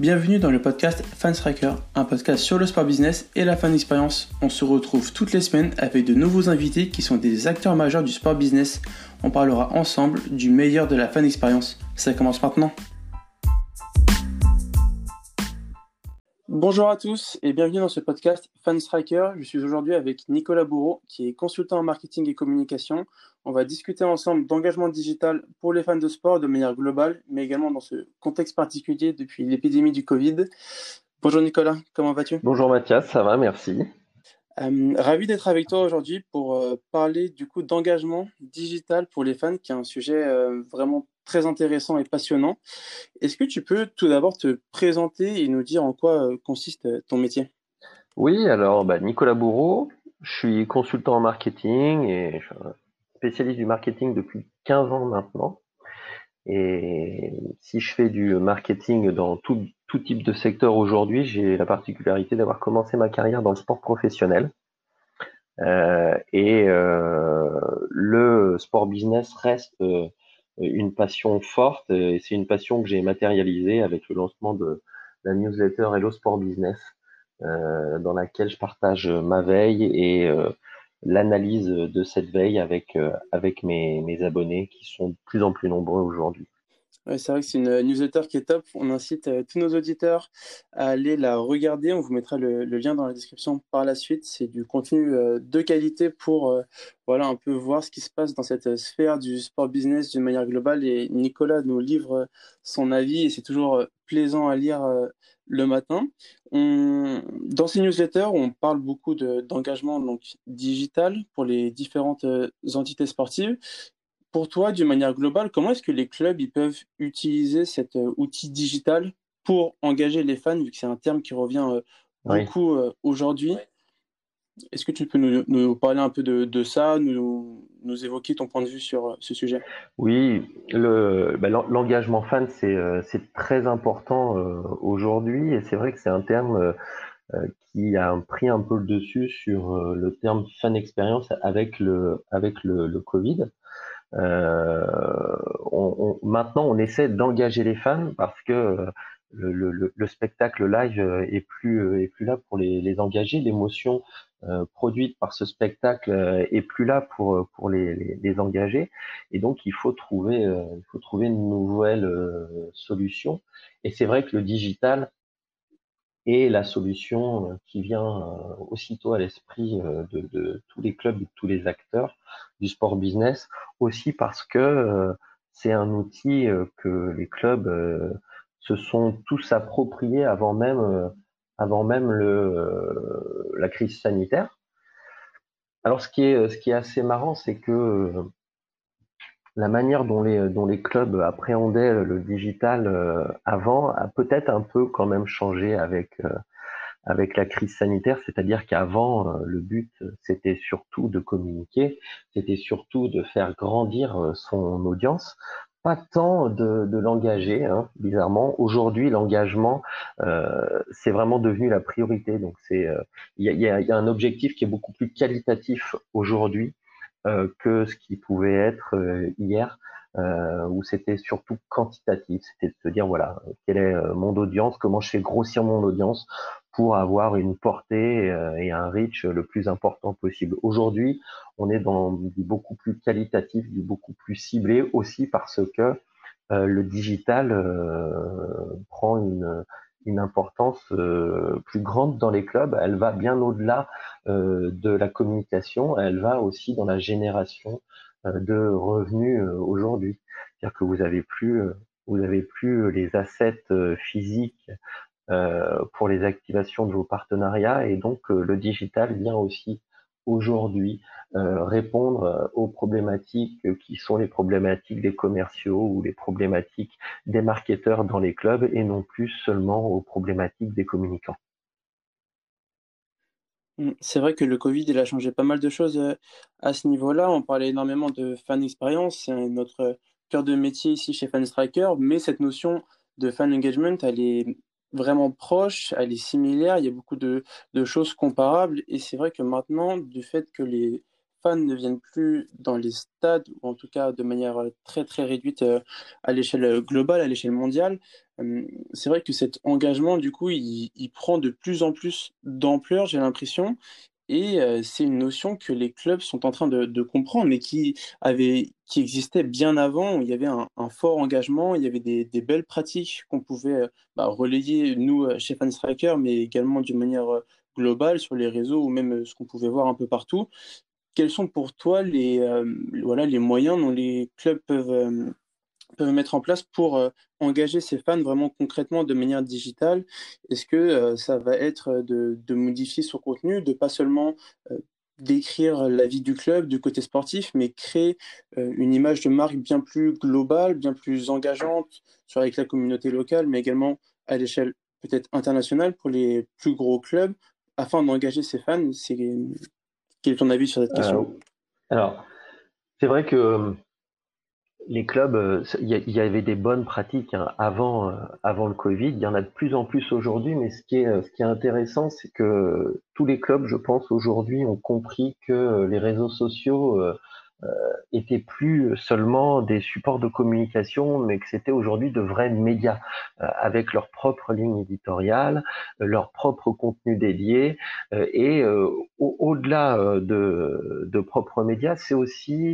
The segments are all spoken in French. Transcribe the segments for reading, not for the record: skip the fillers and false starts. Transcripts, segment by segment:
Bienvenue dans le podcast Fan Striker, un podcast sur le sport business et la fan expérience. On se retrouve toutes les semaines avec de nouveaux invités qui sont des acteurs majeurs du sport business. On parlera ensemble du meilleur de la fan expérience. Ça commence maintenant. Bonjour à tous et bienvenue dans ce podcast Fan Striker. Je suis aujourd'hui avec Nicolas Bourreau qui est consultant en marketing et communication. On va discuter ensemble d'engagement digital pour les fans de sport de manière globale, mais également dans ce contexte particulier depuis l'épidémie du Covid. Bonjour Nicolas, comment vas-tu ? Bonjour Mathias, ça va, merci. Ravi d'être avec toi aujourd'hui pour parler du coup d'engagement digital pour les fans, qui est un sujet vraiment très intéressant et passionnant. Est-ce que tu peux tout d'abord te présenter et nous dire en quoi consiste ton métier ? Oui, alors Nicolas Bourreau, je suis consultant en marketing et je suis un spécialiste du marketing depuis 15 ans maintenant. Et si je fais du marketing dans tout type de secteur aujourd'hui, j'ai la particularité d'avoir commencé ma carrière dans le sport professionnel. Le sport business reste une passion forte et c'est une passion que j'ai matérialisée avec le lancement de la newsletter Hello Sport Business, dans laquelle je partage ma veille et l'analyse de cette veille avec mes abonnés qui sont de plus en plus nombreux aujourd'hui. Ouais, c'est vrai que c'est une newsletter qui est top. On incite tous nos auditeurs à aller la regarder. On vous mettra le lien dans la description par la suite. C'est du contenu de qualité pour voilà, un peu voir ce qui se passe dans cette sphère du sport business d'une manière globale. Et Nicolas nous livre son avis et c'est toujours plaisant à lire le matin. Dans ces newsletters, on parle beaucoup d'engagement donc, digital pour les différentes entités sportives. Pour toi, d'une manière globale, comment est-ce que les clubs ils peuvent utiliser cet outil digital pour engager les fans, vu que c'est un terme qui revient Oui. beaucoup aujourd'hui? Est-ce que tu peux nous parler un peu de ça, nous évoquer ton point de vue sur ce sujet? Oui, l'engagement fan, c'est très important aujourd'hui et c'est vrai que c'est un terme qui a pris un peu le dessus sur le terme fan expérience avec le Covid. Maintenant, on essaie d'engager les fans parce que le spectacle live est plus là pour les engager. L'émotion produite par ce spectacle est plus là pour les engager. Et donc, il faut trouver une nouvelle solution. Et c'est vrai que le digital est la solution qui vient aussitôt à l'esprit de tous les clubs, de tous les acteurs du sport business, aussi parce que c'est un outil que les clubs se sont tous appropriés avant même la crise sanitaire. Alors ce qui est assez marrant, c'est que la manière dont les clubs appréhendaient le digital avant a peut-être un peu quand même changé avec la crise sanitaire, c'est-à-dire qu'avant, le but, c'était surtout de communiquer, c'était surtout de faire grandir son audience, pas tant de l'engager, hein, bizarrement. Aujourd'hui, l'engagement, c'est vraiment devenu la priorité. Donc, il y a un objectif qui est beaucoup plus qualitatif aujourd'hui que ce qui pouvait être hier, où c'était surtout quantitatif. C'était de se dire, voilà, quelle est mon audience, comment je fais grossir mon audience pour avoir une portée et un reach le plus important possible. Aujourd'hui, on est dans du beaucoup plus qualitatif, du beaucoup plus ciblé aussi parce que le digital prend une importance plus grande dans les clubs. Elle va bien au-delà de la communication, elle va aussi dans la génération de revenus aujourd'hui. C'est-à-dire que vous avez plus les assets physiques pour les activations de vos partenariats et donc le digital vient aussi aujourd'hui répondre aux problématiques qui sont les problématiques des commerciaux ou les problématiques des marketeurs dans les clubs et non plus seulement aux problématiques des communicants. C'est vrai que le Covid, il a changé pas mal de choses à ce niveau-là. On parlait énormément de fan experience, c'est notre cœur de métier ici chez Fan Striker, mais cette notion de fan engagement, elle est vraiment proche, elle est similaire, il y a beaucoup de choses comparables, et c'est vrai que maintenant, du fait que les fans ne viennent plus dans les stades, ou en tout cas de manière très très réduite à l'échelle globale, à l'échelle mondiale, euh, c'est vrai que cet engagement, du coup, il prend de plus en plus d'ampleur, j'ai l'impression. Et c'est une notion que les clubs sont en train de comprendre, mais qui existait bien avant, où il y avait un fort engagement, il y avait des belles pratiques qu'on pouvait relayer, nous, chez Fanstriker, mais également d'une manière globale sur les réseaux, ou même ce qu'on pouvait voir un peu partout. Quels sont pour toi voilà, les moyens dont les clubs peuvent mettre en place pour engager ces fans vraiment concrètement de manière digitale? Est-ce que ça va être de modifier son contenu, de pas seulement décrire la vie du club, du côté sportif, mais créer une image de marque bien plus globale, bien plus engageante, soit avec la communauté locale, mais également à l'échelle peut-être internationale pour les plus gros clubs, afin d'engager ces fans? Quel est ton avis sur cette question? Euh, alors, c'est vrai que les clubs, il y avait des bonnes pratiques hein, avant le Covid. Il y en a de plus en plus aujourd'hui, mais ce qui est intéressant, c'est que tous les clubs, je pense, aujourd'hui, ont compris que les réseaux sociaux étaient plus seulement des supports de communication, mais que c'était aujourd'hui de vrais médias avec leur propre ligne éditoriale, leur propre contenu dédié, et au-delà de propres médias, c'est aussi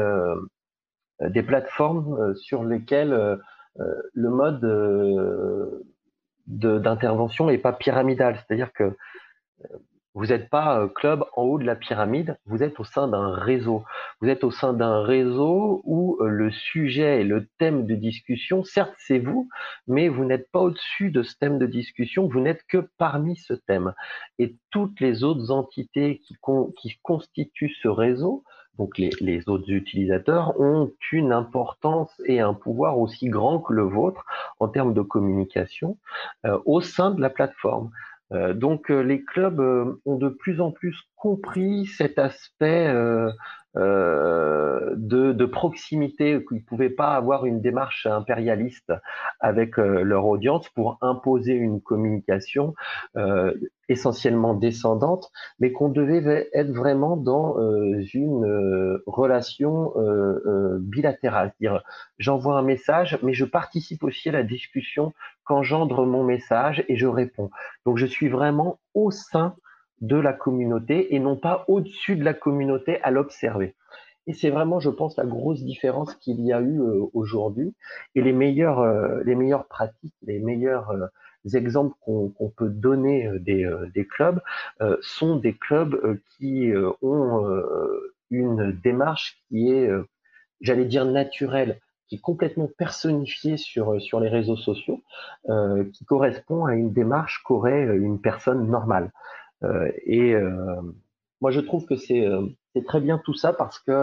des plateformes sur lesquelles le mode d'intervention est pas pyramidal. C'est-à-dire que vous n'êtes pas club en haut de la pyramide, vous êtes au sein d'un réseau. Vous êtes au sein d'un réseau où le sujet et le thème de discussion, certes c'est vous, mais vous n'êtes pas au-dessus de ce thème de discussion, vous n'êtes que parmi ce thème. Et toutes les autres entités qui constituent ce réseau, donc les autres utilisateurs, ont une importance et un pouvoir aussi grand que le vôtre en termes de communication au sein de la plateforme. Les clubs ont de plus en plus compris cet aspect de proximité, qu'ils ne pouvaient pas avoir une démarche impérialiste avec leur audience pour imposer une communication essentiellement descendante, mais qu'on devait être vraiment dans une relation bilatérale. C'est-à-dire, j'envoie un message, mais je participe aussi à la discussion qu'engendre mon message et je réponds. Donc je suis vraiment au sein de la communauté et non pas au-dessus de la communauté à l'observer. Et c'est vraiment, je pense, la grosse différence qu'il y a eu aujourd'hui. Et les meilleures pratiques, les meilleurs exemples qu'on peut donner des clubs sont des clubs qui ont une démarche qui est, j'allais dire, naturelle, qui est complètement personnifiée sur les réseaux sociaux, qui correspond à une démarche qu'aurait une personne normale. Et moi, je trouve que c'est très bien tout ça parce que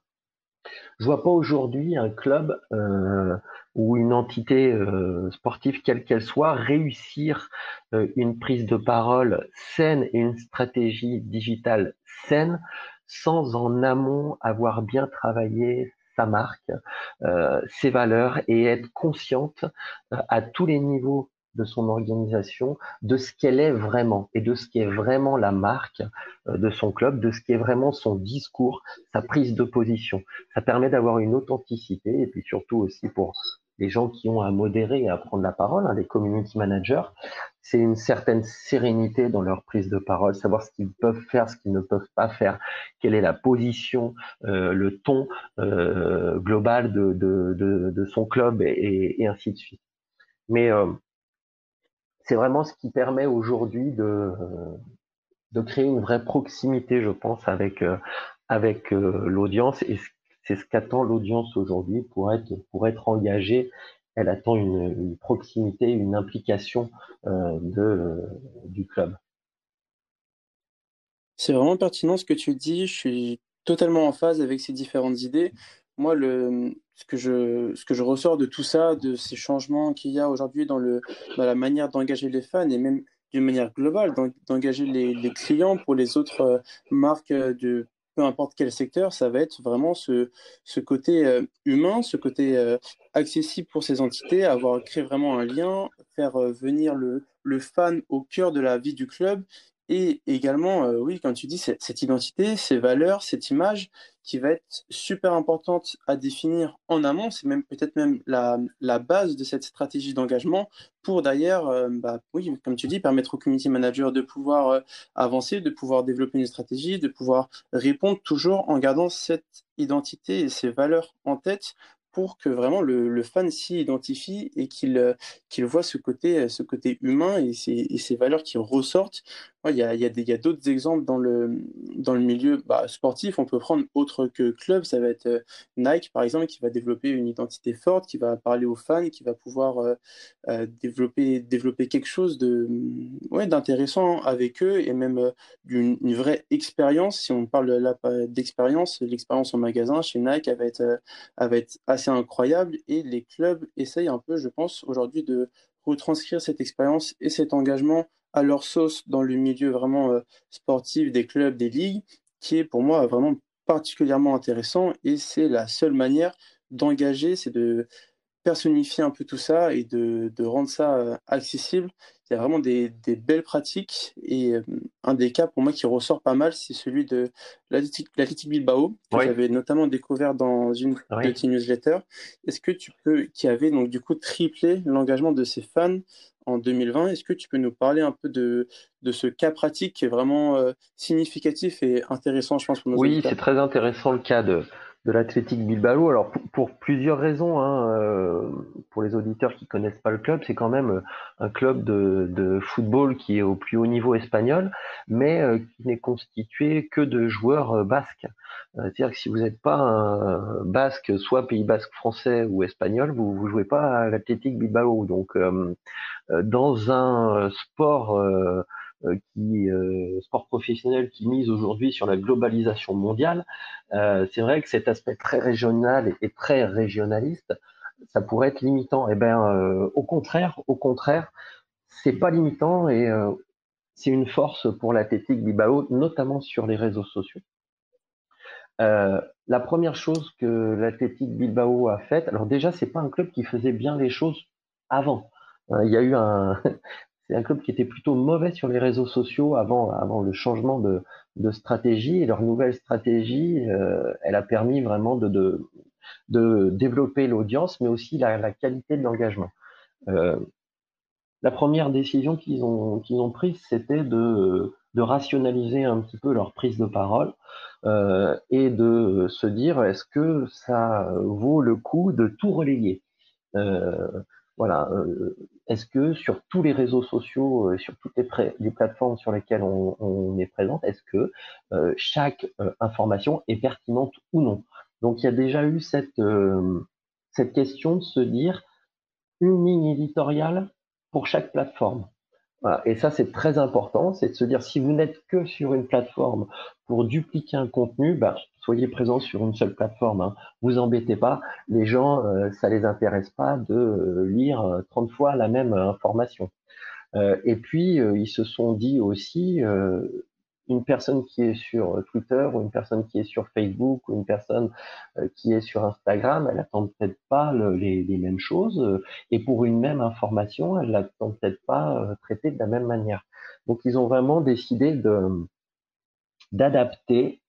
je vois pas aujourd'hui un club ou une entité sportive quelle qu'elle soit réussir une prise de parole saine et une stratégie digitale saine sans en amont avoir bien travaillé sa marque, ses valeurs et être consciente à tous les niveaux de son organisation, de ce qu'elle est vraiment et de ce qui est vraiment la marque de son club, de ce qui est vraiment son discours, sa prise de position. Ça permet d'avoir une authenticité et puis surtout aussi pour les gens qui ont à modérer et à prendre la parole, hein, les community managers, c'est une certaine sérénité dans leur prise de parole, savoir ce qu'ils peuvent faire, ce qu'ils ne peuvent pas faire, quelle est la position, le ton global de son club et ainsi de suite. Mais c'est vraiment ce qui permet aujourd'hui de créer une vraie proximité, je pense, avec l'audience. Et c'est ce qu'attend l'audience aujourd'hui pour être engagée. Elle attend une proximité, une implication du club. C'est vraiment pertinent ce que tu dis. Je suis totalement en phase avec ces différentes idées. Moi, ce que je ressors de tout ça, de ces changements qu'il y a aujourd'hui dans la manière d'engager les fans et même d'une manière globale, d'engager les clients pour les autres marques de peu importe quel secteur, ça va être vraiment ce côté humain, ce côté accessible pour ces entités, avoir créé vraiment un lien, faire venir le fan au cœur de la vie du club Et également, oui, comme tu dis, cette identité, ces valeurs, cette image qui va être super importante à définir en amont, c'est même peut-être même la base de cette stratégie d'engagement pour d'ailleurs, bah, oui, comme tu dis, permettre aux community managers de pouvoir avancer, de pouvoir développer une stratégie, de pouvoir répondre toujours en gardant cette identité et ces valeurs en tête pour que vraiment le fan s'y identifie et qu'il voit ce côté humain et ces valeurs qui ressortent. Ouais, il y a d'autres exemples dans le milieu bah, sportif. On peut prendre autre que club. Ça va être Nike, par exemple, qui va développer une identité forte, qui va parler aux fans, qui va pouvoir développer quelque chose ouais, d'intéressant avec eux et même une vraie expérience. Si on parle là d'expérience, l'expérience en magasin chez Nike elle va être assez incroyable et les clubs essayent un peu, je pense, aujourd'hui de retranscrire cette expérience et cet engagement à leur sauce dans le milieu vraiment sportif des clubs, des ligues, qui est pour moi vraiment particulièrement intéressant et c'est la seule manière d'engager, c'est de personnifier un peu tout ça et de rendre ça accessible. Il y a vraiment belles pratiques et un des cas pour moi qui ressort pas mal, c'est celui de l'Athletic Bilbao, que Oui, j'avais notamment découvert dans une de oui. tes newsletters. Est-ce que tu peux, qui avait donc du coup triplé l'engagement de ses fans en 2020, est-ce que tu peux nous parler un peu de ce cas pratique qui est vraiment significatif et intéressant, je pense, pour nos Oui, c'est auditeurs? très intéressant le cas de l'Athletic Bilbao. Alors pour plusieurs raisons, hein, pour les auditeurs qui connaissent pas le club, c'est quand même un club de football qui est au plus haut niveau espagnol, mais qui n'est constitué que de joueurs basques. C'est-à-dire que si vous n'êtes pas un basque, soit Pays basque français ou espagnol, vous jouez pas à l'Athletic Bilbao. Donc dans un sport professionnel qui mise aujourd'hui sur la globalisation mondiale, c'est vrai que cet aspect très régional et très régionaliste, ça pourrait être limitant. Eh ben, au contraire, c'est pas limitant et c'est une force pour l'Athletic Bilbao, notamment sur les réseaux sociaux. La première chose que l'Athletic Bilbao a faite, alors déjà, c'est pas un club qui faisait bien les choses avant. Il y a eu c'est un club qui était plutôt mauvais sur les réseaux sociaux avant le changement de stratégie. Et leur nouvelle stratégie, elle a permis vraiment de développer l'audience, mais aussi la qualité de l'engagement. Euh, la première décision qu'ils ont prise, c'était de rationaliser un petit peu leur prise de parole et de se dire est-ce que ça vaut le coup de tout relayer. euh, voilà. Est-ce que sur tous les réseaux sociaux, sur toutes les plateformes sur lesquelles on est présent, est-ce que chaque information est pertinente ou non? Donc il y a déjà eu cette question de se dire une ligne éditoriale pour chaque plateforme. Voilà. Et ça, c'est très important, c'est de se dire si vous n'êtes que sur une plateforme pour dupliquer un contenu, bah, soyez présent sur une seule plateforme. Hein. Vous embêtez pas, les gens, ça les intéresse pas de lire 30 fois la même information. Et puis, ils se sont dit aussi, une personne qui est sur Twitter ou une personne qui est sur Facebook ou une personne qui est sur Instagram, elle attend peut-être pas les mêmes choses et pour une même information, elle l'attend peut-être pas traitée de la même manière. Donc, ils ont vraiment décidé d'adapter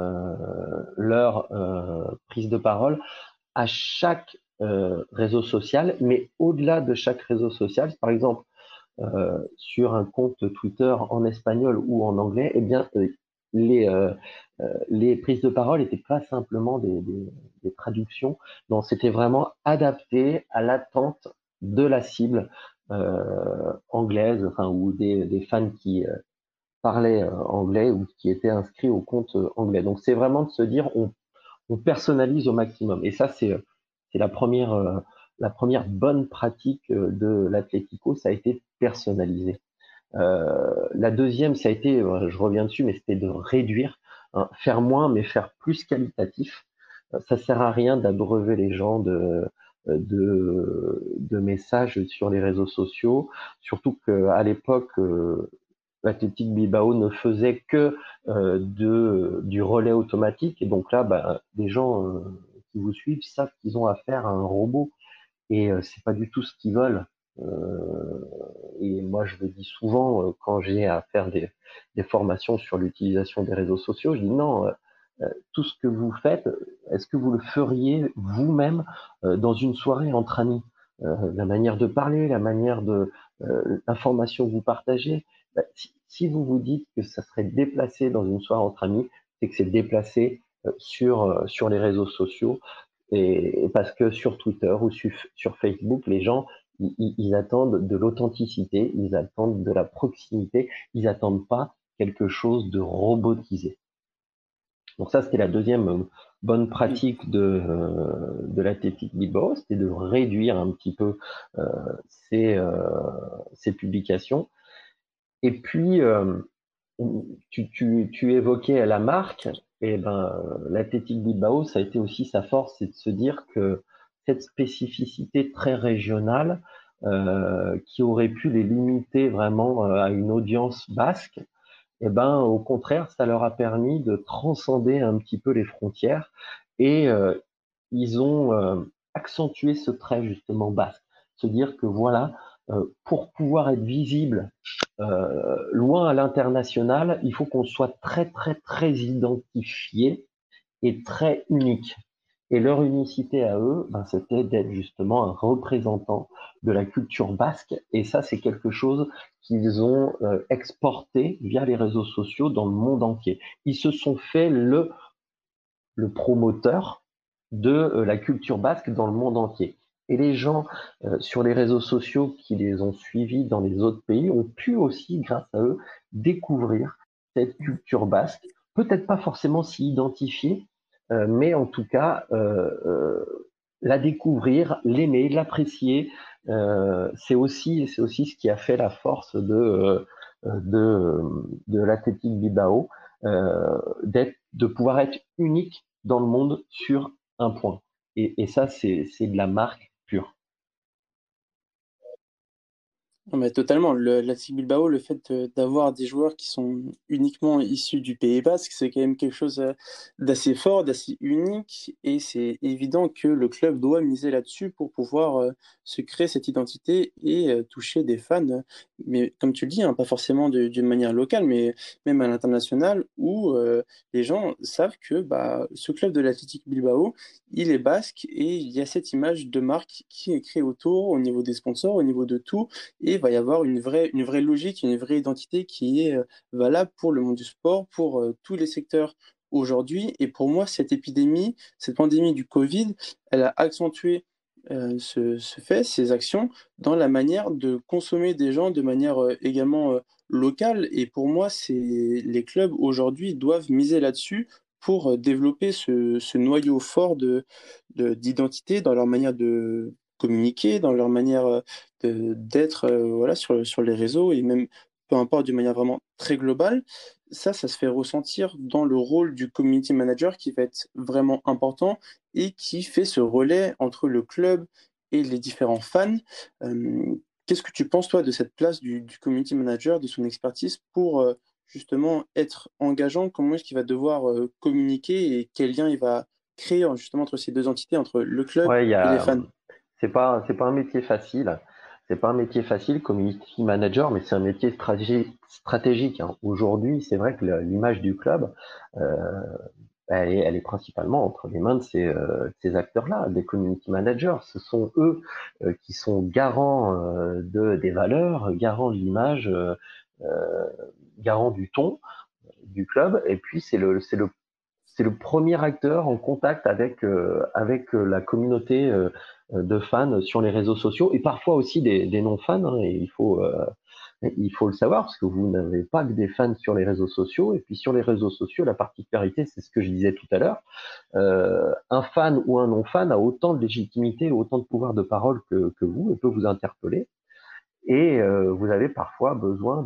leur prise de parole à chaque réseau social, mais au-delà de chaque réseau social, par exemple, sur un compte Twitter en espagnol ou en anglais, eh bien, les, euh, les prises de parole n'étaient pas simplement des traductions, non, c'était vraiment adapté à l'attente de la cible anglaise, enfin, ou des fans qui parlaient anglais ou qui étaient inscrits au compte anglais. Donc, c'est vraiment de se dire, on personnalise au maximum. Et ça, c'est la première bonne pratique de l'Atlético, ça a été personnalisé. La deuxième, ça a été, je reviens dessus, mais c'était de réduire, hein, faire moins, mais faire plus qualitatif. Ça sert à rien d'abreuver les gens de messages sur les réseaux sociaux, surtout qu'à l'époque, l'Athletic Bilbao ne faisait que du relais automatique, et donc là, bah, les gens qui vous suivent savent qu'ils ont affaire à un robot, et c'est pas du tout ce qu'ils veulent. Et moi, je le dis souvent quand j'ai à faire des formations sur l'utilisation des réseaux sociaux, je dis non, tout ce que vous faites, est-ce que vous le feriez vous-même dans une soirée entre amis? La manière de parler, la manière de l'information que vous partagez. Si vous vous dites que ça serait déplacé dans une soirée entre amis, c'est que c'est déplacé sur les réseaux sociaux. Et parce que sur Twitter ou sur Facebook, les gens, ils attendent de l'authenticité, ils attendent de la proximité, ils attendent pas quelque chose de robotisé. Donc ça, c'était la deuxième bonne Mm. pratique de l'Athletic Bilbao, c'était de réduire un petit peu euh, ces, euh, ces publications. Et puis, tu évoquais la marque, et ben, l'Athletic Bilbao, ça a été aussi sa force, c'est de se dire que cette spécificité très régionale, qui aurait pu les limiter vraiment à une audience basque, et ben, au contraire, ça leur a permis de transcender un petit peu les frontières et ils ont accentué ce trait justement basque, se dire que voilà, pour pouvoir être visible loin à l'international, il faut qu'on soit très très très identifié et très unique. Et leur unicité à eux, ben, c'était d'être justement un représentant de la culture basque. Et ça, c'est quelque chose qu'ils ont exporté via les réseaux sociaux dans le monde entier. Ils se sont fait le promoteur de la culture basque dans le monde entier. Et les gens sur les réseaux sociaux qui les ont suivis dans les autres pays ont pu aussi, grâce à eux, découvrir cette culture basque. Peut-être pas forcément s'y identifier, mais en tout cas la découvrir, l'aimer, l'apprécier. C'est aussi ce qui a fait la force de, de l'Athletic Bilbao, de pouvoir être unique dans le monde sur un point. Et ça, c'est de la marque pure. Non, mais totalement. L'Athletic Bilbao, le fait d'avoir des joueurs qui sont uniquement issus du Pays Basque, c'est quand même quelque chose d'assez fort, d'assez unique. Et c'est évident que le club doit miser là-dessus pour pouvoir se créer cette identité et toucher des fans. Mais comme tu le dis, hein, pas forcément d'une manière locale, mais même à l'international, où les gens savent que bah, ce club de l'Athletic Bilbao, il est basque et il y a cette image de marque qui est créée autour, au niveau des sponsors, au niveau de tout. Et il va y avoir une vraie logique, une vraie identité qui est valable pour le monde du sport, pour tous les secteurs aujourd'hui. Et pour moi, cette épidémie, cette pandémie du Covid, elle a accentué ce fait, ces actions, dans la manière de consommer des gens de manière également locale. Et pour moi, les clubs aujourd'hui doivent miser là-dessus pour développer ce noyau fort d'identité dans leur manière de communiquer, dans leur manière d'être voilà, sur les réseaux et même peu importe d'une manière vraiment très globale. Ça se fait ressentir dans le rôle du community manager qui va être vraiment important et qui fait ce relais entre le club et les différents fans. Qu'est-ce que tu penses, toi, de cette place du community manager, de son expertise pour justement être engageant? Comment est-ce qu'il va devoir communiquer et quel lien il va créer justement entre ces deux entités, entre le club Ouais, et les fans? c'est pas un métier facile. C'est pas un métier facile, community manager, mais c'est un métier stratégique, hein. Aujourd'hui, c'est vrai que l'image du club, euh, elle est principalement entre les mains de ces acteurs-là, des community managers. Ce sont eux qui sont garants des valeurs, garants de l'image, euh, garants du ton du club. Et puis c'est le premier acteur en contact avec la communauté de fans sur les réseaux sociaux et parfois aussi des non-fans, hein, et il faut le savoir parce que vous n'avez pas que des fans sur les réseaux sociaux. Et puis sur les réseaux sociaux, la particularité, c'est ce que je disais tout à l'heure, un fan ou un non-fan a autant de légitimité, autant de pouvoir de parole que vous et peut vous interpeller. Et vous avez parfois besoin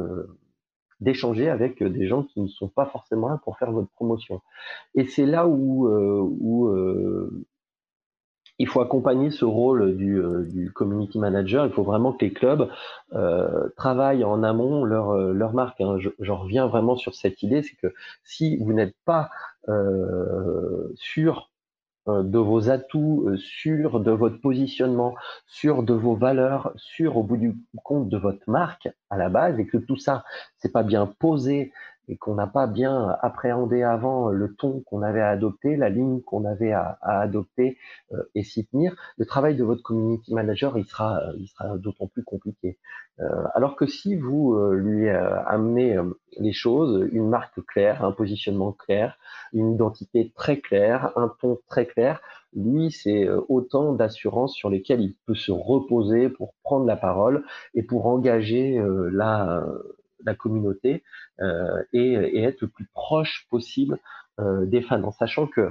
d'échanger avec des gens qui ne sont pas forcément là pour faire votre promotion. Et c'est là où il faut accompagner ce rôle du community manager. Il faut vraiment que les clubs travaillent en amont leur marque, hein. J'en reviens vraiment sur cette idée, c'est que si vous n'êtes pas sûr de vos atouts, sûr de votre positionnement, sûr de vos valeurs, sûr au bout du compte de votre marque à la base, et que tout ça, c'est pas bien posé et qu'on n'a pas bien appréhendé avant le ton qu'on avait à adopter, la ligne qu'on avait à adopter et s'y tenir, le travail de votre community manager, il sera d'autant plus compliqué. Alors que si vous lui amenez les choses, une marque claire, un positionnement clair, une identité très claire, un ton très clair, lui, c'est autant d'assurances sur lesquelles il peut se reposer pour prendre la parole et pour engager la communauté et être le plus proche possible des fans, en sachant que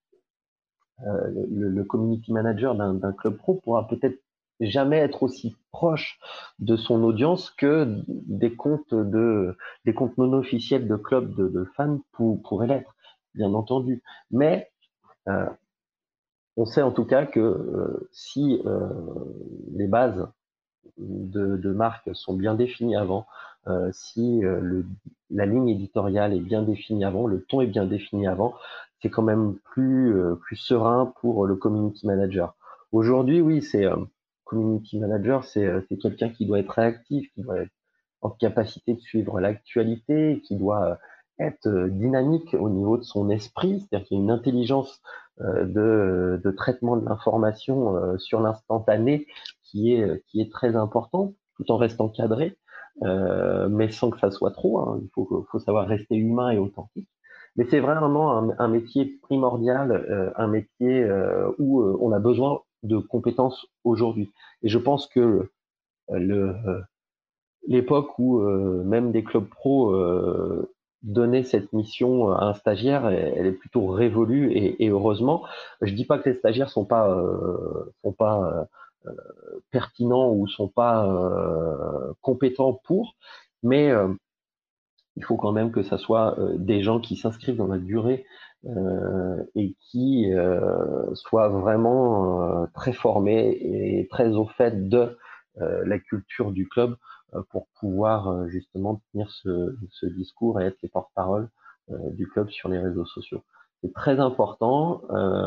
le community manager d'un club pro pourra peut-être jamais être aussi proche de son audience que des comptes non officiels de clubs de fans pourraient l'être, bien entendu. Mais euh, on sait en tout cas que si les bases de marque sont bien définies avant, si la ligne éditoriale est bien définie avant, le ton est bien défini avant, c'est quand même plus serein pour le community manager. Aujourd'hui, oui, c'est community manager, c'est quelqu'un qui doit être réactif, qui doit être en capacité de suivre l'actualité, qui doit être dynamique au niveau de son esprit, c'est-à-dire qu'il y a une intelligence de traitement de l'information sur l'instantané qui est très important, tout en restant cadré, mais sans que ça soit trop. Hein. Faut savoir rester humain et authentique. Mais c'est vraiment un métier primordial, un métier où on a besoin de compétences aujourd'hui. Et je pense que le, l'époque où même des clubs pro donnaient cette mission à un stagiaire, elle est plutôt révolue et heureusement. Je dis pas que les stagiaires sont pas pertinents ou sont pas compétents pour, mais il faut quand même que ça soit des gens qui s'inscrivent dans la durée et qui soient vraiment très formés et très au fait de la culture du club pour pouvoir justement tenir ce discours et être les porte-parole du club sur les réseaux sociaux. C'est très important.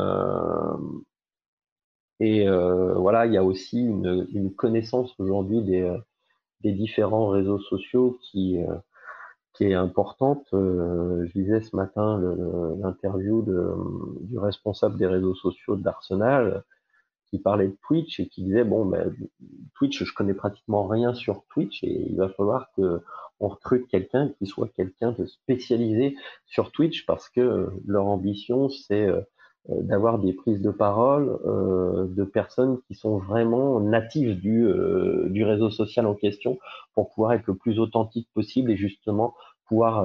Et voilà, il y a aussi une connaissance aujourd'hui des différents réseaux sociaux qui est importante. Je lisais ce matin l'interview du responsable des réseaux sociaux d'Arsenal qui parlait de Twitch et qui disait bon ben Twitch, je connais pratiquement rien sur Twitch et il va falloir que on recrute quelqu'un qui soit quelqu'un de spécialisé sur Twitch parce que leur ambition c'est d'avoir des prises de parole de personnes qui sont vraiment natives du réseau social en question pour pouvoir être le plus authentique possible et justement pouvoir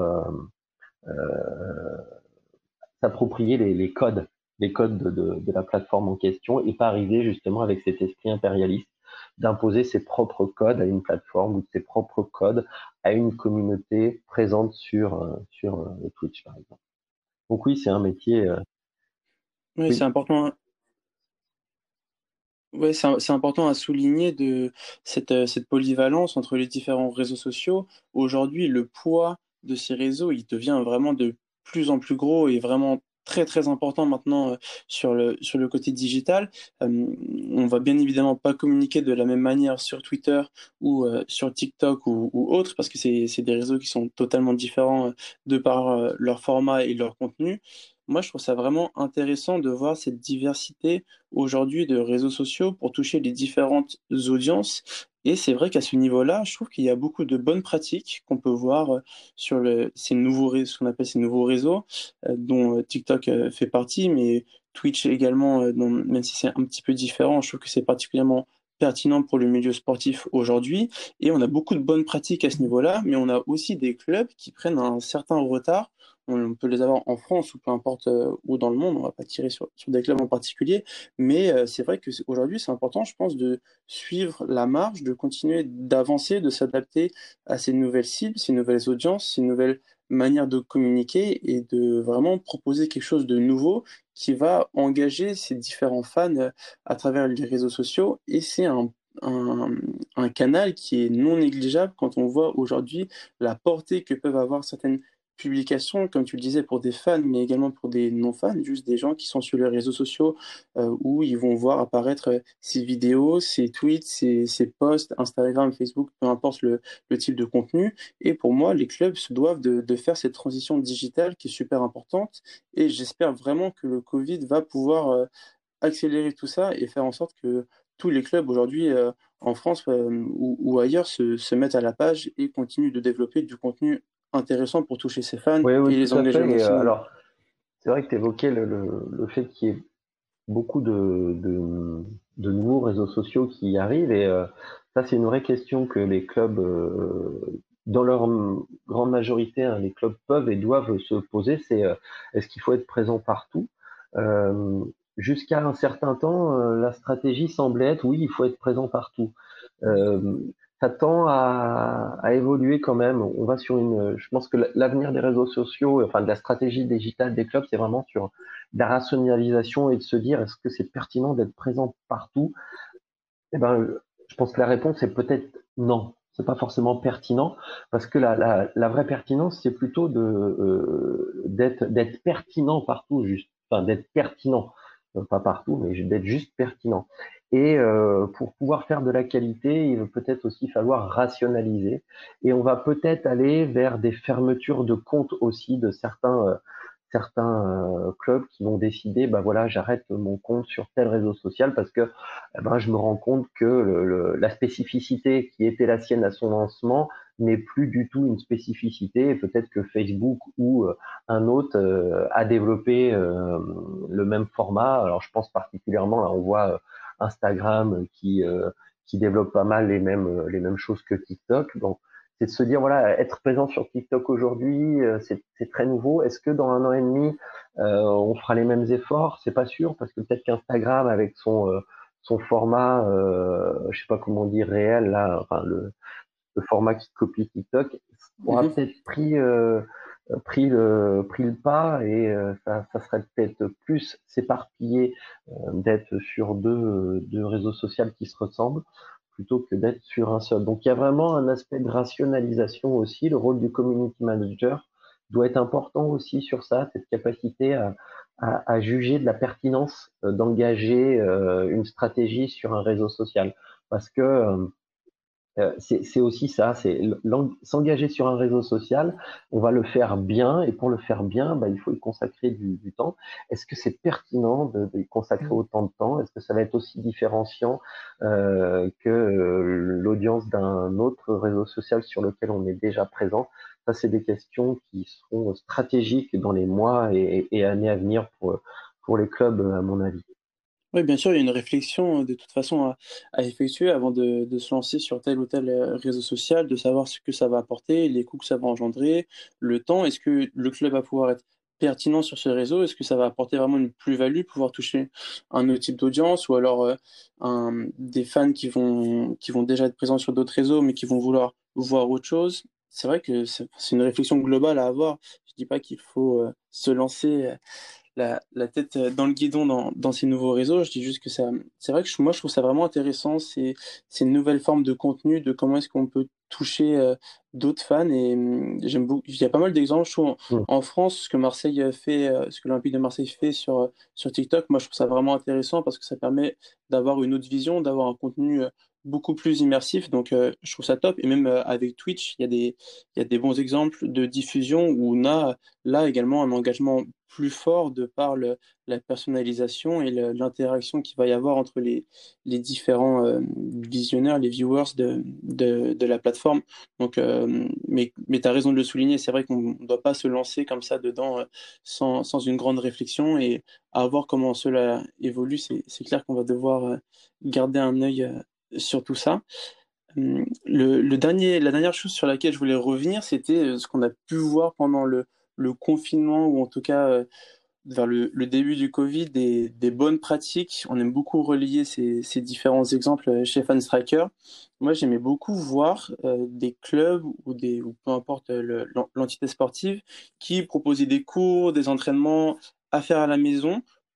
s'approprier les codes de la plateforme en question et pas arriver justement avec cet esprit impérialiste d'imposer ses propres codes à une plateforme ou ses propres codes à une communauté présente sur Twitch par exemple. Donc oui, c'est un métier. Oui, c'est Oui, important. Ouais, c'est important à souligner de cette polyvalence entre les différents réseaux sociaux. Aujourd'hui, le poids de ces réseaux, il devient vraiment de plus en plus gros et vraiment très très important maintenant sur le côté digital. On va bien évidemment pas communiquer de la même manière sur Twitter ou sur TikTok ou autre parce que c'est des réseaux qui sont totalement différents de par leur format et leur contenu. Moi, je trouve ça vraiment intéressant de voir cette diversité aujourd'hui de réseaux sociaux pour toucher les différentes audiences. Et c'est vrai qu'à ce niveau-là, je trouve qu'il y a beaucoup de bonnes pratiques qu'on peut voir sur ces nouveaux réseaux, ce qu'on appelle ces nouveaux réseaux, dont TikTok fait partie, mais Twitch également, même si c'est un petit peu différent, je trouve que c'est particulièrement pertinent pour le milieu sportif aujourd'hui. Et on a beaucoup de bonnes pratiques à ce niveau-là, mais on a aussi des clubs qui prennent un certain retard. On peut les avoir en France ou peu importe où dans le monde, on va pas tirer sur des clubs en particulier, mais c'est vrai que aujourd'hui, c'est important, je pense, de suivre la marge, de continuer d'avancer, de s'adapter à ces nouvelles cibles, ces nouvelles audiences, ces nouvelles manières de communiquer et de vraiment proposer quelque chose de nouveau qui va engager ces différents fans à travers les réseaux sociaux. Et c'est un, un canal qui est non négligeable quand on voit aujourd'hui la portée que peuvent avoir certaines publications, comme tu le disais, pour des fans, mais également pour des non-fans, juste des gens qui sont sur les réseaux sociaux où ils vont voir apparaître ces vidéos, ces tweets, ces posts, Instagram, Facebook, peu importe le type de contenu. Et pour moi, les clubs se doivent de faire cette transition digitale qui est super importante. Et j'espère vraiment que le Covid va pouvoir accélérer tout ça et faire en sorte que tous les clubs aujourd'hui en France ou ailleurs se mettent à la page et continuent de développer du contenu intéressant pour toucher ses fans Oui, oui, et les tout à engager au fait. Et maximum. alors, c'est vrai que tu évoquais le fait qu'il y ait beaucoup de nouveaux réseaux sociaux qui arrivent et ça c'est une vraie question que les clubs, dans leur grande majorité, hein, les clubs peuvent et doivent se poser, c'est est-ce qu'il faut être présent partout? Euh, Jusqu'à un certain temps, la stratégie semblait être oui, il faut être présent partout. Euh, Ça tend à évoluer quand même. On va sur une. Je pense que l'avenir des réseaux sociaux, enfin de la stratégie digitale des clubs, c'est vraiment sur la rationalisation et de se dire est-ce que c'est pertinent d'être présent partout? Eh ben, je pense que la réponse est peut-être non. C'est pas forcément pertinent parce que la vraie pertinence, c'est plutôt d'être pertinent partout, juste, enfin d'être pertinent, pas partout, mais d'être juste pertinent. Et pour pouvoir faire de la qualité, il va peut-être aussi falloir rationaliser. Et on va peut-être aller vers des fermetures de comptes aussi de certains clubs qui vont décider, bah voilà, j'arrête mon compte sur tel réseau social parce que eh ben, je me rends compte que la spécificité qui était la sienne à son lancement n'est plus du tout une spécificité. Et peut-être que Facebook ou un autre a développé le même format. Alors je pense particulièrement, là, on voit Instagram qui développe pas mal les mêmes choses que TikTok. Donc c'est de se dire, voilà, être présent sur TikTok aujourd'hui, c'est très nouveau. Est-ce que dans un an et demi, on fera les mêmes efforts? C'est pas sûr, parce que peut-être qu'Instagram, avec son format, je sais pas comment dire, réel, là, enfin, le format qui copie TikTok, aura Mhm. peut-être pris le pas et ça serait peut-être plus s'éparpiller d'être sur deux réseaux sociaux qui se ressemblent plutôt que d'être sur un seul. Donc il y a vraiment un aspect de rationalisation aussi. Le rôle du community manager doit être important aussi sur ça, cette capacité à juger de la pertinence d'engager une stratégie sur un réseau social. Parce que c'est aussi ça, c'est s'engager sur un réseau social, on va le faire bien, et pour le faire bien, bah, il faut y consacrer du temps. Est-ce que c'est pertinent de y consacrer autant de temps? Est-ce que ça va être aussi différenciant que l'audience d'un autre réseau social sur lequel on est déjà présent? Ça, c'est des questions qui seront stratégiques dans les mois et années à venir pour les clubs, à mon avis. Oui, bien sûr, il y a une réflexion de toute façon à effectuer avant de se lancer sur tel ou tel réseau social, de savoir ce que ça va apporter, les coûts que ça va engendrer, le temps. Est-ce que le club va pouvoir être pertinent sur ce réseau? Est-ce que ça va apporter vraiment une plus-value, pouvoir toucher un autre type d'audience ou alors des fans qui vont déjà être présents sur d'autres réseaux mais qui vont vouloir voir autre chose? C'est vrai que c'est une réflexion globale à avoir. Je dis pas qu'il faut se lancer la tête dans le guidon dans ces nouveaux réseaux. Je dis juste que ça, c'est vrai que moi, je trouve ça vraiment intéressant. C'est une nouvelle forme de contenu, de comment est-ce qu'on peut toucher d'autres fans. Et j'aime beaucoup. Il y a pas mal d'exemples. Je trouve Mm. en France, ce que Marseille fait, ce que l'Olympique de Marseille fait sur TikTok, moi, je trouve ça vraiment intéressant parce que ça permet d'avoir une autre vision, d'avoir un contenu beaucoup plus immersif. Donc, je trouve ça top. Et même avec Twitch, il y a des bons exemples de diffusion où on a là également un engagement plus fort de par la personnalisation et l'interaction qu'il va y avoir entre les différents visionneurs, les viewers de la plateforme. Donc, mais tu as raison de le souligner, c'est vrai qu'on ne doit pas se lancer comme ça dedans sans une grande réflexion et à voir comment cela évolue. C'est clair qu'on va devoir garder un œil sur tout ça. La dernière chose sur laquelle je voulais revenir, c'était ce qu'on a pu voir pendant le confinement, ou en tout cas vers le début du Covid, des bonnes pratiques. On aime beaucoup relier ces différents exemples chez Fanstriker. Moi, j'aimais beaucoup voir des clubs ou peu importe l'entité sportive qui proposaient des cours, des entraînements à faire à la maison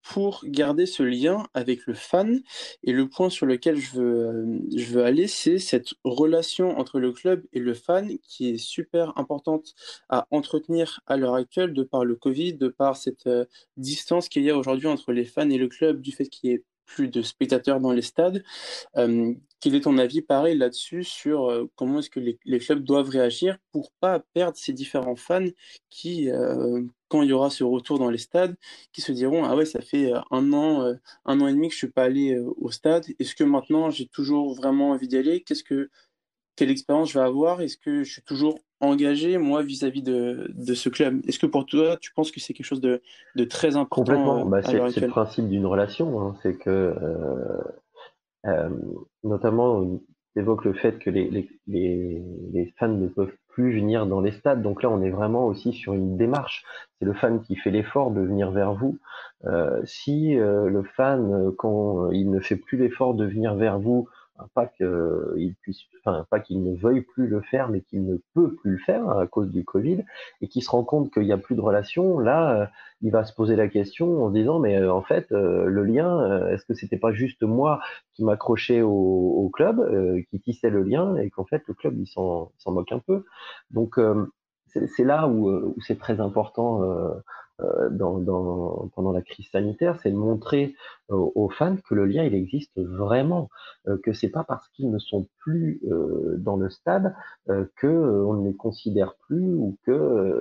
pour garder ce lien avec le fan. Et le point sur lequel je veux aller, c'est cette relation entre le club et le fan qui est super importante à entretenir à l'heure actuelle de par le Covid, de par cette distance qu'il y a aujourd'hui entre les fans et le club, du fait qu'il y ait plus de spectateurs dans les stades. Quel est ton avis pareil là-dessus sur comment est-ce que les clubs doivent réagir pour pas perdre ces différents fans qui, quand il y aura ce retour dans les stades, qui se diront, ah ouais, ça fait 1 an et demi que je suis pas allé au stade. Est-ce que maintenant j'ai toujours vraiment envie d'y aller? Quelle expérience je vais avoir? Est-ce que je suis toujours engagé, moi, vis-à-vis de ce club? Est-ce que pour toi, tu penses que c'est quelque chose de très important Complètement. Bah, à l'heure c'est le actuelle? principe d'une relation, hein. C'est que Euh, notamment, tu évoques le fait que les fans ne peuvent plus venir dans les stades. Donc là, on est vraiment aussi sur une démarche. C'est le fan qui fait l'effort de venir vers vous. Si le fan, quand il ne fait plus l'effort de venir vers vous, pas qu'il puisse, enfin, pas qu'il ne veuille plus le faire, mais qu'il ne peut plus le faire à cause du Covid, et qu'il se rend compte qu'il n'y a plus de relation, là, il va se poser la question en se disant, mais en fait, le lien, est-ce que c'était pas juste moi qui m'accrochait au club, qui tissait le lien, et qu'en fait le club il s'en moque un peu. Donc c'est là où c'est très important pendant la crise sanitaire, c'est de montrer aux fans que le lien il existe vraiment, que c'est pas parce qu'ils ne sont plus dans le stade que on ne les considère plus ou que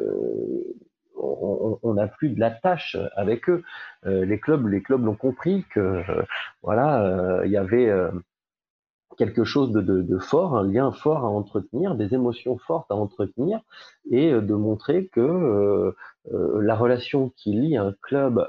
on n'a plus de la tâche avec eux. Les clubs l'ont compris que voilà, il y avait quelque chose de fort, un lien fort à entretenir, des émotions fortes à entretenir, et de montrer que la relation qui lie un club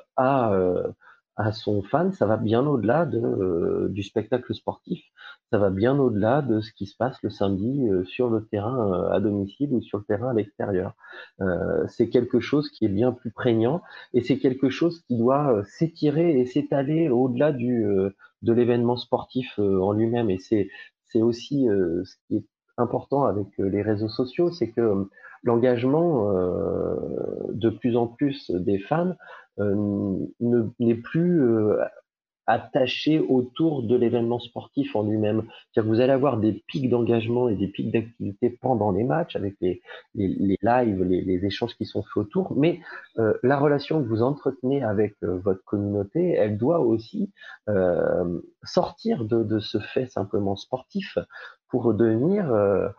à son fan, ça va bien au-delà du spectacle sportif, ça va bien au-delà de ce qui se passe le samedi sur le terrain à domicile ou sur le terrain à l'extérieur. C'est quelque chose qui est bien plus prégnant, et c'est quelque chose qui doit s'étirer et s'étaler au-delà de l'événement sportif en lui-même. Et c'est aussi ce qui est important avec les réseaux sociaux, c'est que l'engagement de plus en plus des fans n'est plus attaché autour de l'événement sportif en lui-même. C'est-à-dire que vous allez avoir des pics d'engagement et des pics d'activité pendant les matchs avec les lives, les échanges qui sont faits autour, mais la relation que vous entretenez avec votre communauté, elle doit aussi sortir de ce fait simplement sportif pour devenir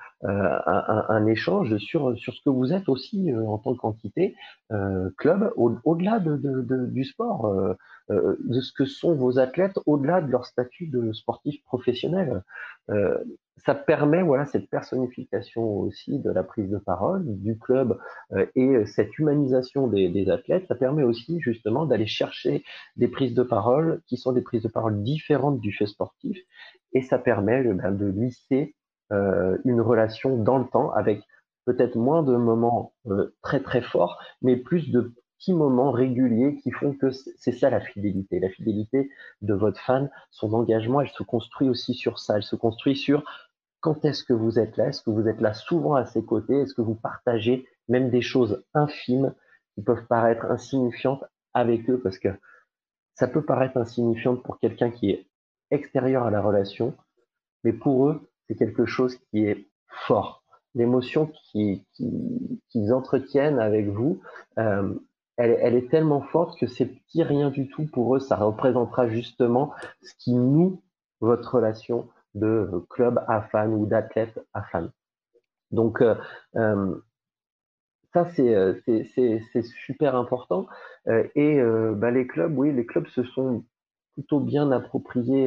un échange sur ce que vous êtes aussi en tant qu'entité club, au-delà du sport. De ce que sont vos athlètes au-delà de leur statut de sportif professionnel. Euh, Ça permet, voilà, cette personnification aussi de la prise de parole du club et cette humanisation des athlètes, ça permet aussi justement d'aller chercher des prises de parole qui sont des prises de parole différentes du fait sportif, et ça permet de lisser une relation dans le temps avec peut-être moins de moments très très forts, mais plus de petits moments réguliers qui font que c'est ça la fidélité. La fidélité de votre fan, son engagement, elle se construit aussi sur ça. Elle se construit sur quand est-ce que vous êtes là? Est-ce que vous êtes là souvent à ses côtés? Est-ce que vous partagez même des choses infimes qui peuvent paraître insignifiantes avec eux? Parce que ça peut paraître insignifiant pour quelqu'un qui est extérieur à la relation, mais pour eux, c'est quelque chose qui est fort. L'émotion qu'ils entretiennent avec vous, euh, elle est tellement forte que ces petits rien du tout pour eux, ça représentera justement ce qui noue votre relation de club à fan ou d'athlète à fan. Donc euh, ça c'est super important. Et les clubs, oui, les clubs se sont plutôt bien appropriés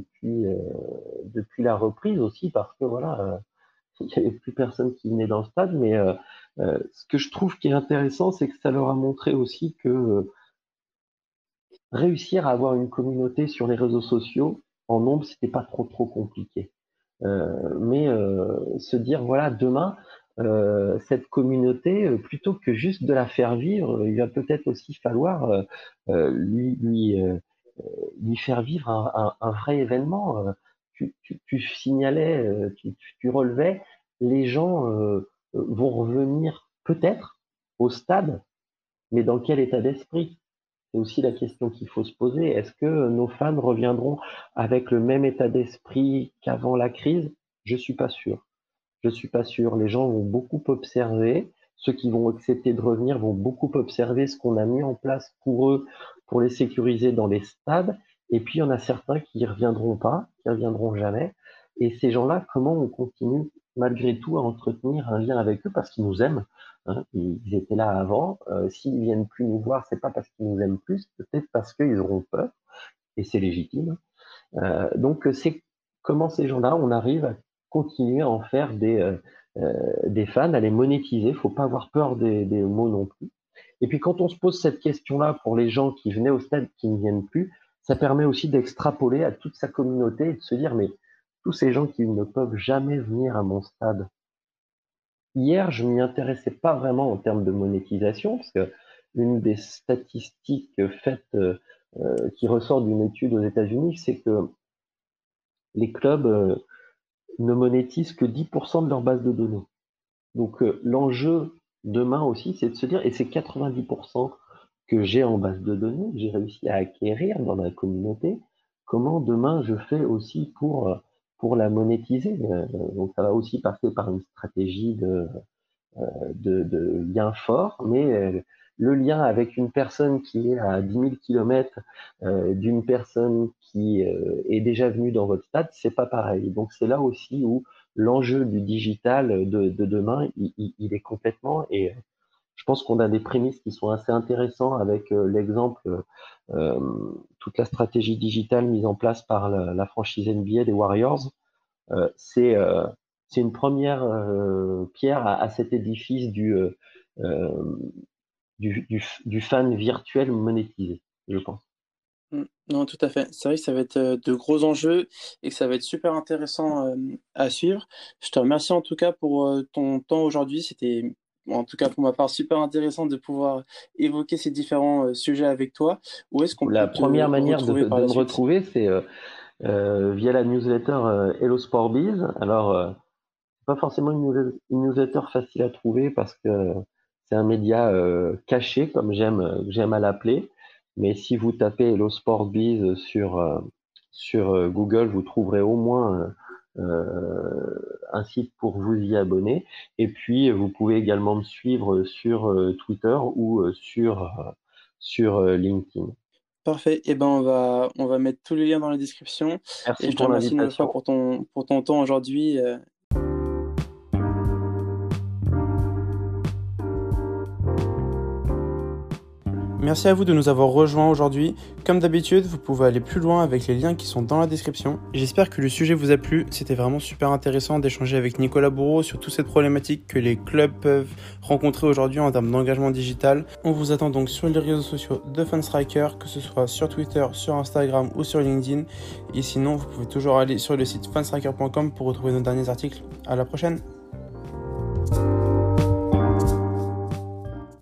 depuis la reprise aussi, parce que voilà, il n'y avait plus personne qui venait dans le stade. Mais ce que je trouve qui est intéressant, c'est que ça leur a montré aussi que réussir à avoir une communauté sur les réseaux sociaux en nombre, c'était pas trop compliqué. Mais se dire, voilà, demain, cette communauté, plutôt que juste de la faire vivre, il va peut-être aussi falloir lui faire vivre un vrai événement. Tu signalais, tu relevais, les gens vont revenir peut-être au stade, mais dans quel état d'esprit? C'est aussi la question qu'il faut se poser. Est-ce que nos fans reviendront avec le même état d'esprit qu'avant la crise? Je suis pas sûr. Je suis pas sûr. Les gens vont beaucoup observer. Ceux qui vont accepter de revenir vont beaucoup observer ce qu'on a mis en place pour eux, pour les sécuriser dans les stades. Et puis, il y en a certains qui reviendront pas, qui reviendront jamais. Et ces gens-là, comment on continue malgré tout à entretenir un lien avec eux parce qu'ils nous aiment, hein. Ils étaient là avant. S'ils viennent plus nous voir, c'est pas parce qu'ils nous aiment plus, peut-être parce qu'ils auront peur. Et c'est légitime. Donc, c'est comment ces gens-là, on arrive à continuer à en faire des fans, à les monétiser. Faut pas avoir peur des mots non plus. Et puis, quand on se pose cette question-là pour les gens qui venaient au stade, qui ne viennent plus, ça permet aussi d'extrapoler à toute sa communauté et de se dire, mais tous ces gens qui ne peuvent jamais venir à mon stade. Hier, je m'y intéressais pas vraiment en termes de monétisation, parce que une des statistiques faites qui ressort d'une étude aux États-Unis, c'est que les clubs ne monétisent que 10% de leur base de données. Donc l'enjeu demain aussi, c'est de se dire, et c'est 90% que j'ai en base de données, que j'ai réussi à acquérir dans ma communauté, comment demain je fais aussi pour la monétiser. Donc ça va aussi passer par une stratégie de lien fort, mais le lien avec une personne qui est à 10 000 kilomètres d'une personne qui est déjà venue dans votre stade, c'est pas pareil. Donc c'est là aussi où l'enjeu du digital de demain, il est complètement, et je pense qu'on a des prémices qui sont assez intéressants avec l'exemple, euh, toute la stratégie digitale mise en place par la franchise NBA des Warriors. Euh, c'est euh, c'est une première pierre à cet édifice euh, du fan virtuel monétisé, je pense. Non, tout à fait. C'est vrai que ça va être de gros enjeux et que ça va être super intéressant à suivre. Je te remercie en tout cas pour ton temps aujourd'hui. C'était, en tout cas pour ma part, super intéressant de pouvoir évoquer ces différents sujets avec toi. Où est-ce qu'on La peut te première manière retrouver par de la me suite? retrouver, c'est via la newsletter Hello Sport Biz. Alors, c'est pas forcément une newsletter facile à trouver parce que c'est un média caché, comme j'aime à l'appeler. Mais si vous tapez Hello Sport Biz sur Google, vous trouverez au moins un site pour vous y abonner. Et puis, vous pouvez également me suivre sur Twitter ou sur LinkedIn. Parfait. Eh ben, on va mettre tous les liens dans la description. Et Merci je te pour remercie une nouvelle fois l'invitation. pour ton temps aujourd'hui. Merci à vous de nous avoir rejoints aujourd'hui. Comme d'habitude, vous pouvez aller plus loin avec les liens qui sont dans la description. J'espère que le sujet vous a plu. C'était vraiment super intéressant d'échanger avec Nicolas Bourreau sur toute cette problématique que les clubs peuvent rencontrer aujourd'hui en termes d'engagement digital. On vous attend donc sur les réseaux sociaux de Fanstriker, que ce soit sur Twitter, sur Instagram ou sur LinkedIn. Et sinon, vous pouvez toujours aller sur le site fanstriker.com pour retrouver nos derniers articles. À la prochaine!